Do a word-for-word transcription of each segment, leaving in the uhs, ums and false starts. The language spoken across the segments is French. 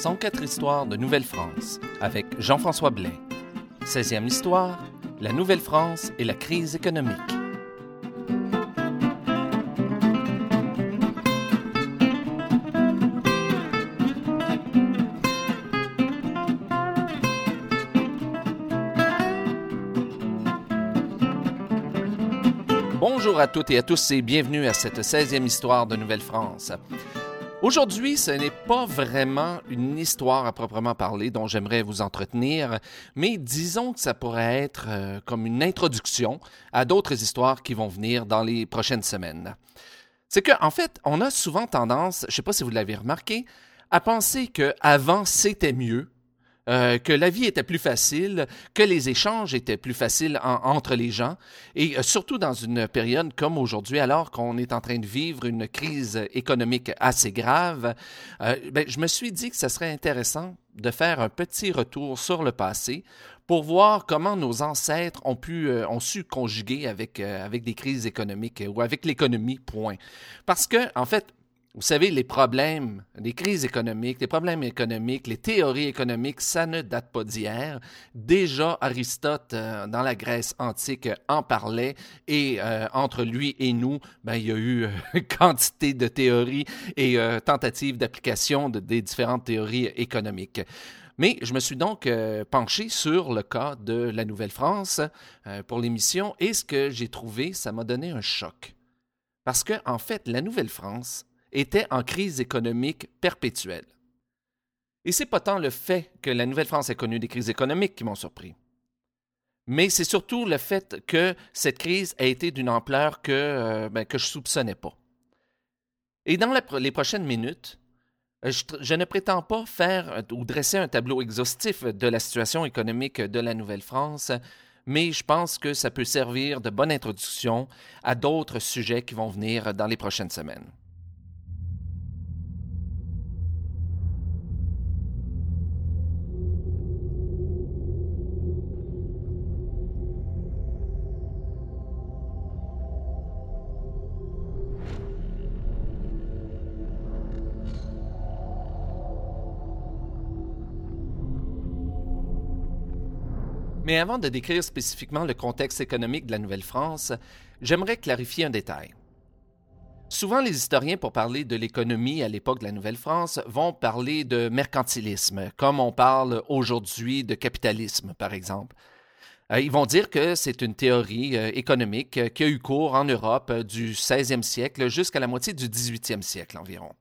cent quatre histoires de Nouvelle-France avec Jean-François Blais. seizième histoire, la Nouvelle-France et la crise économique. Bonjour à toutes et à tous et bienvenue à cette seizième histoire de Nouvelle-France. Aujourd'hui, ce n'est pas vraiment une histoire à proprement parler dont j'aimerais vous entretenir, mais disons que ça pourrait être euh, comme une introduction à d'autres histoires qui vont venir dans les prochaines semaines. C'est qu'en fait, on a souvent tendance, je ne sais pas si vous l'avez remarqué, à penser qu'avant c'était mieux, Euh, que la vie était plus facile, que les échanges étaient plus faciles en, entre les gens, et euh, surtout dans une période comme aujourd'hui, alors qu'on est en train de vivre une crise économique assez grave, euh, ben, je me suis dit que ce serait intéressant de faire un petit retour sur le passé pour voir comment nos ancêtres ont, pu, euh, ont su conjuguer avec, euh, avec des crises économiques euh, ou avec l'économie, point. Parce que, en fait, vous savez, les problèmes, les crises économiques, les problèmes économiques, les théories économiques, ça ne date pas d'hier. Déjà, Aristote, euh, dans la Grèce antique, en parlait et euh, entre lui et nous, ben, il y a eu euh, quantité de théories et euh, tentatives d'application de, des différentes théories économiques. Mais je me suis donc euh, penché sur le cas de la Nouvelle-France euh, pour l'émission et ce que j'ai trouvé, ça m'a donné un choc. Parce que, en fait, la Nouvelle-France était en crise économique perpétuelle. Et c'est pas tant le fait que la Nouvelle-France ait connu des crises économiques qui m'ont surpris, mais c'est surtout le fait que cette crise a été d'une ampleur que, euh, ben, que je ne soupçonnais pas. Et dans la, les prochaines minutes, je, je ne prétends pas faire ou dresser un tableau exhaustif de la situation économique de la Nouvelle-France, mais je pense que ça peut servir de bonne introduction à d'autres sujets qui vont venir dans les prochaines semaines. Mais avant de décrire spécifiquement le contexte économique de la Nouvelle-France, j'aimerais clarifier un détail. Souvent, les historiens, pour parler de l'économie à l'époque de la Nouvelle-France, vont parler de mercantilisme, comme on parle aujourd'hui de capitalisme, par exemple. Euh, ils vont dire que c'est une théorie euh, économique euh, qui a eu cours en Europe euh, du seizième siècle jusqu'à la moitié du dix-huitième siècle environ.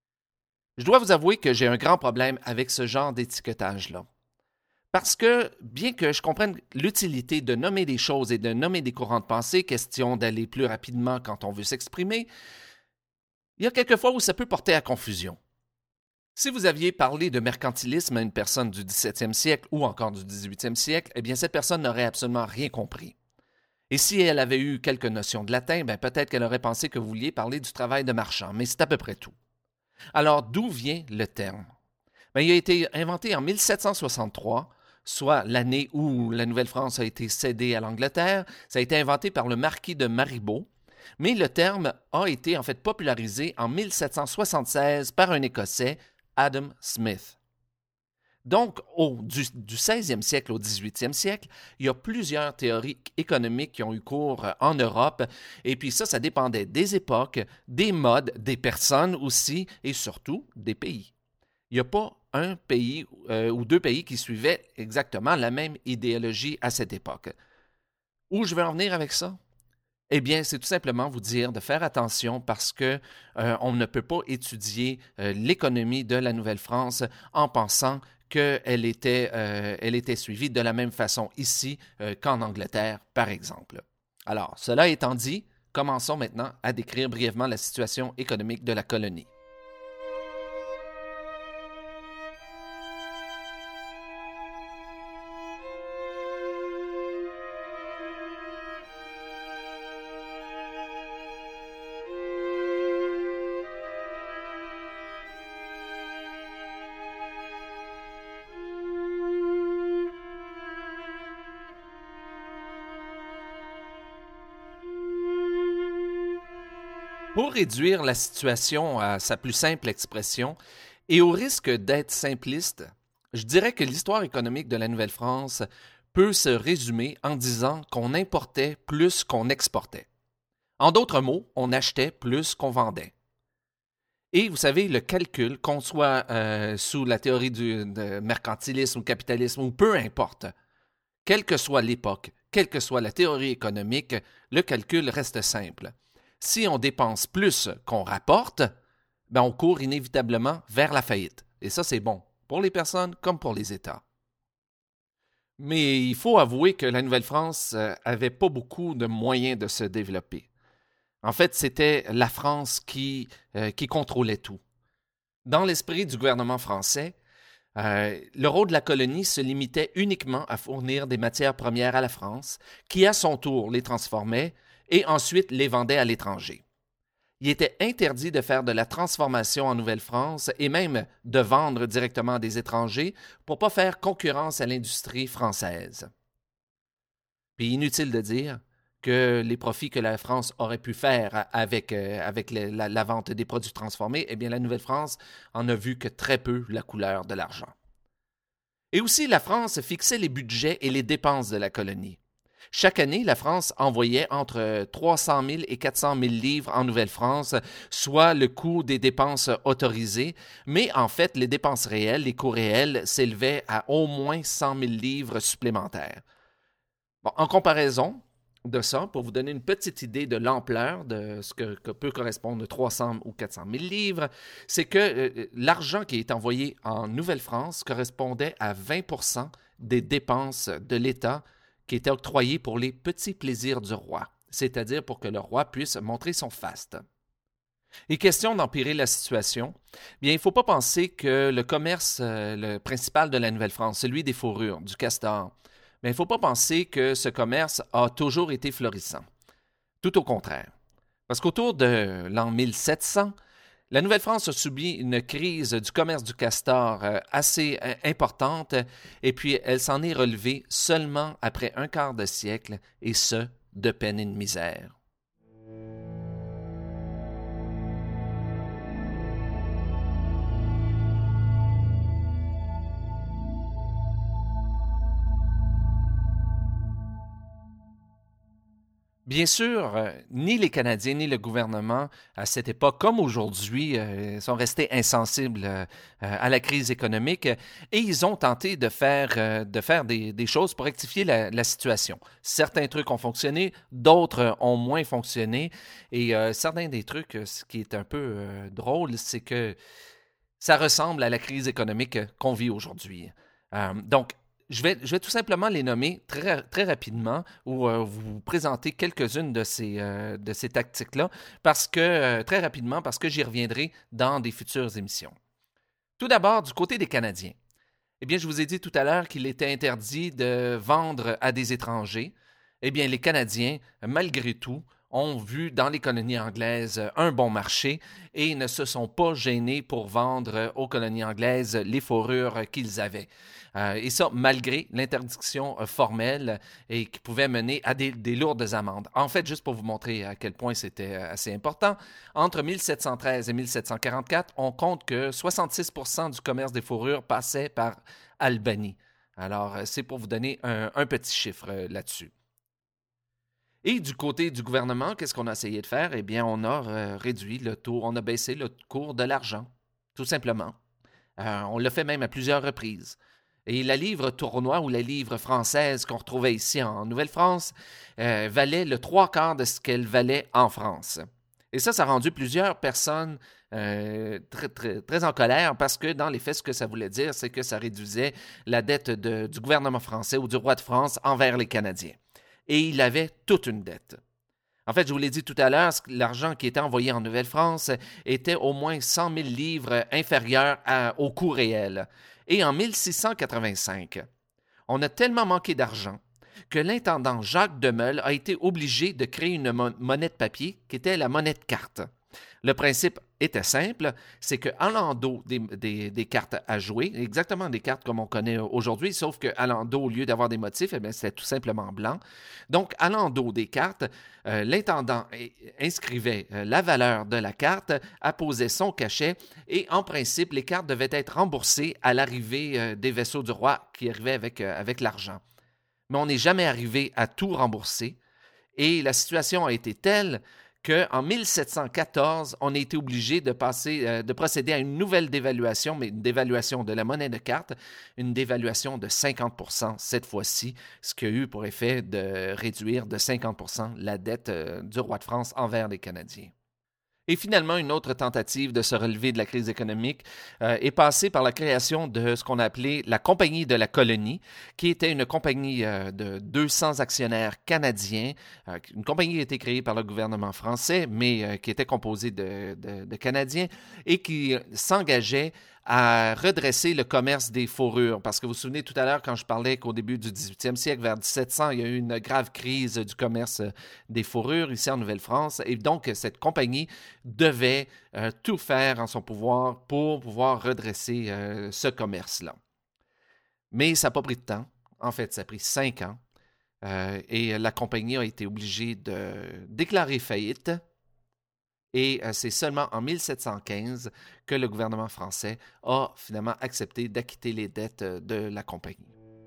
Je dois vous avouer que j'ai un grand problème avec ce genre d'étiquetage-là. Parce que, bien que je comprenne l'utilité de nommer des choses et de nommer des courants de pensée, question d'aller plus rapidement quand on veut s'exprimer, il y a quelques fois où ça peut porter à confusion. Si vous aviez parlé de mercantilisme à une personne du dix-septième siècle ou encore du dix-huitième siècle, eh bien cette personne n'aurait absolument rien compris. Et si elle avait eu quelques notions de latin, bien peut-être qu'elle aurait pensé que vous vouliez parler du travail de marchand, mais c'est à peu près tout. Alors, d'où vient le terme? Bien, il a été inventé en mille sept cent soixante-trois, soit l'année où la Nouvelle-France a été cédée à l'Angleterre. Ça a été inventé par le marquis de Maribaud, mais le terme a été en fait popularisé en mille sept cent soixante-seize par un Écossais, Adam Smith. Donc, au, du, du seizième siècle au dix-huitième siècle, il y a plusieurs théories économiques qui ont eu cours en Europe, et puis ça, ça dépendait des époques, des modes, des personnes aussi, et surtout des pays. Il n'y a pas un pays euh, ou deux pays qui suivaient exactement la même idéologie à cette époque. Où je veux en venir avec ça? Eh bien, c'est tout simplement vous dire de faire attention parce que euh, on ne peut pas étudier euh, l'économie de la Nouvelle-France en pensant qu'elle était, euh, elle était suivie de la même façon ici euh, qu'en Angleterre, par exemple. Alors, cela étant dit, commençons maintenant à décrire brièvement la situation économique de la colonie. Pour réduire la situation à sa plus simple expression, Et au risque d'être simpliste, je dirais que l'histoire économique de la Nouvelle-France peut se résumer en disant qu'on importait plus qu'on exportait. En d'autres mots, on achetait plus qu'on vendait. Et vous savez, le calcul, qu'on soit euh, sous la théorie du de mercantilisme ou capitalisme, ou peu importe, quelle que soit l'époque, quelle que soit la théorie économique, le calcul reste simple. Si on dépense plus qu'on rapporte, ben on court inévitablement vers la faillite. Et ça, c'est bon, pour les personnes comme pour les États. Mais il faut avouer que la Nouvelle-France n'avait pas beaucoup de moyens de se développer. En fait, c'était la France qui, euh, qui contrôlait tout. Dans l'esprit du gouvernement français, euh, le rôle de la colonie se limitait uniquement à fournir des matières premières à la France, qui à son tour les transformait et ensuite les vendait à l'étranger. Il était interdit de faire de la transformation en Nouvelle-France et même de vendre directement à des étrangers pour ne pas faire concurrence à l'industrie française. Puis inutile de dire que les profits que la France aurait pu faire avec, euh, avec le, la, la vente des produits transformés, eh bien la Nouvelle-France en a vu que très peu la couleur de l'argent. Et aussi, la France fixait les budgets et les dépenses de la colonie. Chaque année, la France envoyait entre trois cent mille et quatre cent mille livres en Nouvelle-France, soit le coût des dépenses autorisées, mais en fait, les dépenses réelles, les coûts réels, s'élevaient à au moins cent mille livres supplémentaires. Bon, en comparaison de ça, pour vous donner une petite idée de l'ampleur de ce que, que peut correspondre trois cents ou quatre cent mille livres, c'est que euh, l'argent qui est envoyé en Nouvelle-France correspondait à vingt pour cent des dépenses de l'État qui étaient octroyées pour les petits plaisirs du roi, c'est-à-dire pour que le roi puisse montrer son faste. Et question d'empirer la situation, bien, il ne faut pas penser que le commerce euh, le principal de la Nouvelle-France, celui des fourrures, du castor, mais il ne faut pas penser que ce commerce a toujours été florissant. Tout au contraire. Parce qu'autour de l'an mille sept cents, la Nouvelle-France a subi une crise du commerce du castor assez importante et puis elle s'en est relevée seulement après un quart de siècle, et ce, de peine et de misère. Bien sûr, euh, ni les Canadiens ni le gouvernement, à cette époque comme aujourd'hui, euh, sont restés insensibles euh, à la crise économique et ils ont tenté de faire, euh, de faire des, des choses pour rectifier la, la situation. Certains trucs ont fonctionné, d'autres ont moins fonctionné et euh, certains des trucs, ce qui est un peu euh, drôle, c'est que ça ressemble à la crise économique qu'on vit aujourd'hui. Euh, donc, Je vais, je vais tout simplement les nommer très, très rapidement ou euh, vous présenter quelques-unes de ces, euh, de ces tactiques-là, parce que, euh, très rapidement, parce que j'y reviendrai dans des futures émissions. Tout d'abord, du côté des Canadiens. Eh bien, je vous ai dit tout à l'heure qu'il était interdit de vendre à des étrangers. Eh bien, les Canadiens, malgré tout, ont vu dans les colonies anglaises un bon marché et ne se sont pas gênés pour vendre aux colonies anglaises les fourrures qu'ils avaient. Euh, et ça, malgré l'interdiction euh, formelle et qui pouvait mener à des, des lourdes amendes. En fait, juste pour vous montrer à quel point c'était euh, assez important, entre mille sept cent treize et mille sept cent quarante-quatre, on compte que soixante-six pour cent du commerce des fourrures passait par Albany. Alors, euh, c'est pour vous donner un, un petit chiffre euh, là-dessus. Et du côté du gouvernement, qu'est-ce qu'on a essayé de faire? Eh bien, on a euh, réduit le taux, on a baissé le cours de l'argent, tout simplement. Euh, on l'a fait même à plusieurs reprises. Et la livre tournois ou la livre française qu'on retrouvait ici en Nouvelle-France euh, valait le trois quarts de ce qu'elle valait en France. Et ça, ça a rendu plusieurs personnes euh, très, très, très en colère parce que dans les faits, ce que ça voulait dire, c'est que ça réduisait la dette de, du gouvernement français ou du roi de France envers les Canadiens. Et il avait toute une dette. En fait, je vous l'ai dit tout à l'heure, l'argent qui était envoyé en Nouvelle-France était au moins cent mille livres inférieur à, au coût réel. Et en mille six cent quatre-vingt-cinq, on a tellement manqué d'argent que l'intendant Jacques Demeule a été obligé de créer une monnaie de papier qui était la monnaie de carte. Le principe était simple, c'est qu'à l'endos des, des, des cartes à jouer, exactement des cartes comme on connaît aujourd'hui, sauf qu'à l'endos, au lieu d'avoir des motifs, eh bien, c'était tout simplement blanc. Donc, à l'endos des cartes, euh, l'intendant inscrivait euh, la valeur de la carte, apposait son cachet et, en principe, les cartes devaient être remboursées à l'arrivée euh, des vaisseaux du roi qui arrivaient avec, euh, avec l'argent. Mais on n'est jamais arrivé à tout rembourser et la situation a été telle qu'en mille sept cent quatorze, on a été obligé de, passer, euh, de procéder à une nouvelle dévaluation, mais une dévaluation de la monnaie de carte, une dévaluation de cinquante pour cent cette fois-ci, ce qui a eu pour effet de réduire de cinquante pour cent la dette euh, du roi de France envers les Canadiens. Et finalement, une autre tentative de se relever de la crise économique euh, est passée par la création de ce qu'on a appelé la Compagnie de la Colonie, qui était une compagnie euh, de deux cents actionnaires canadiens, euh, une compagnie qui a été créée par le gouvernement français, mais euh, qui était composée de, de, de Canadiens et qui s'engageait à redresser le commerce des fourrures. Parce que vous vous souvenez tout à l'heure, quand je parlais qu'au début du dix-huitième siècle, vers dix-sept cents, il y a eu une grave crise du commerce des fourrures ici en Nouvelle-France. Et donc, cette compagnie devait euh, tout faire en son pouvoir pour pouvoir redresser euh, ce commerce-là. Mais ça n'a pas pris de temps. En fait, ça a pris cinq ans. Euh, et la compagnie a été obligée de déclarer faillite. Et c'est seulement en mille sept cent quinze que le gouvernement français a finalement accepté d'acquitter les dettes de la compagnie.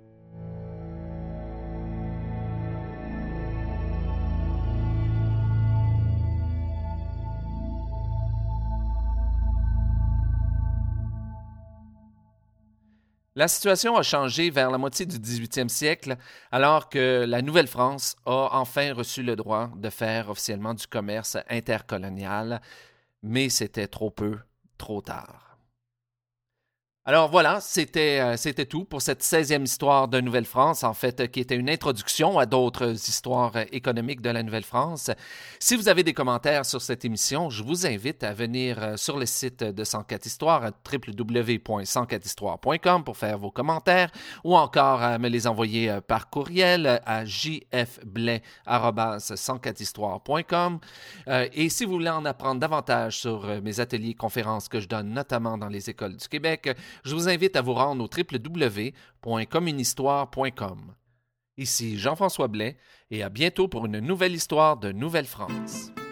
La situation a changé vers la moitié du dix-huitième siècle, alors que la Nouvelle-France a enfin reçu le droit de faire officiellement du commerce intercolonial, mais c'était trop peu, trop tard. Alors voilà, c'était, euh, c'était tout pour cette seizième histoire de Nouvelle-France, en fait, euh, qui était une introduction à d'autres histoires euh, économiques de la Nouvelle-France. Si vous avez des commentaires sur cette émission, je vous invite à venir euh, sur le site de cent quatre Histoires, à w w w point cent quatre histoire point com pour faire vos commentaires, ou encore à me les envoyer euh, par courriel à j f blais arobase cent quatre histoire point com. Euh, et si vous voulez en apprendre davantage sur euh, mes ateliers et conférences que je donne notamment dans les écoles du Québec, je vous invite à vous rendre au w w w point communhistoire point com. Ici Jean-François Blais et à bientôt pour une nouvelle histoire de Nouvelle-France.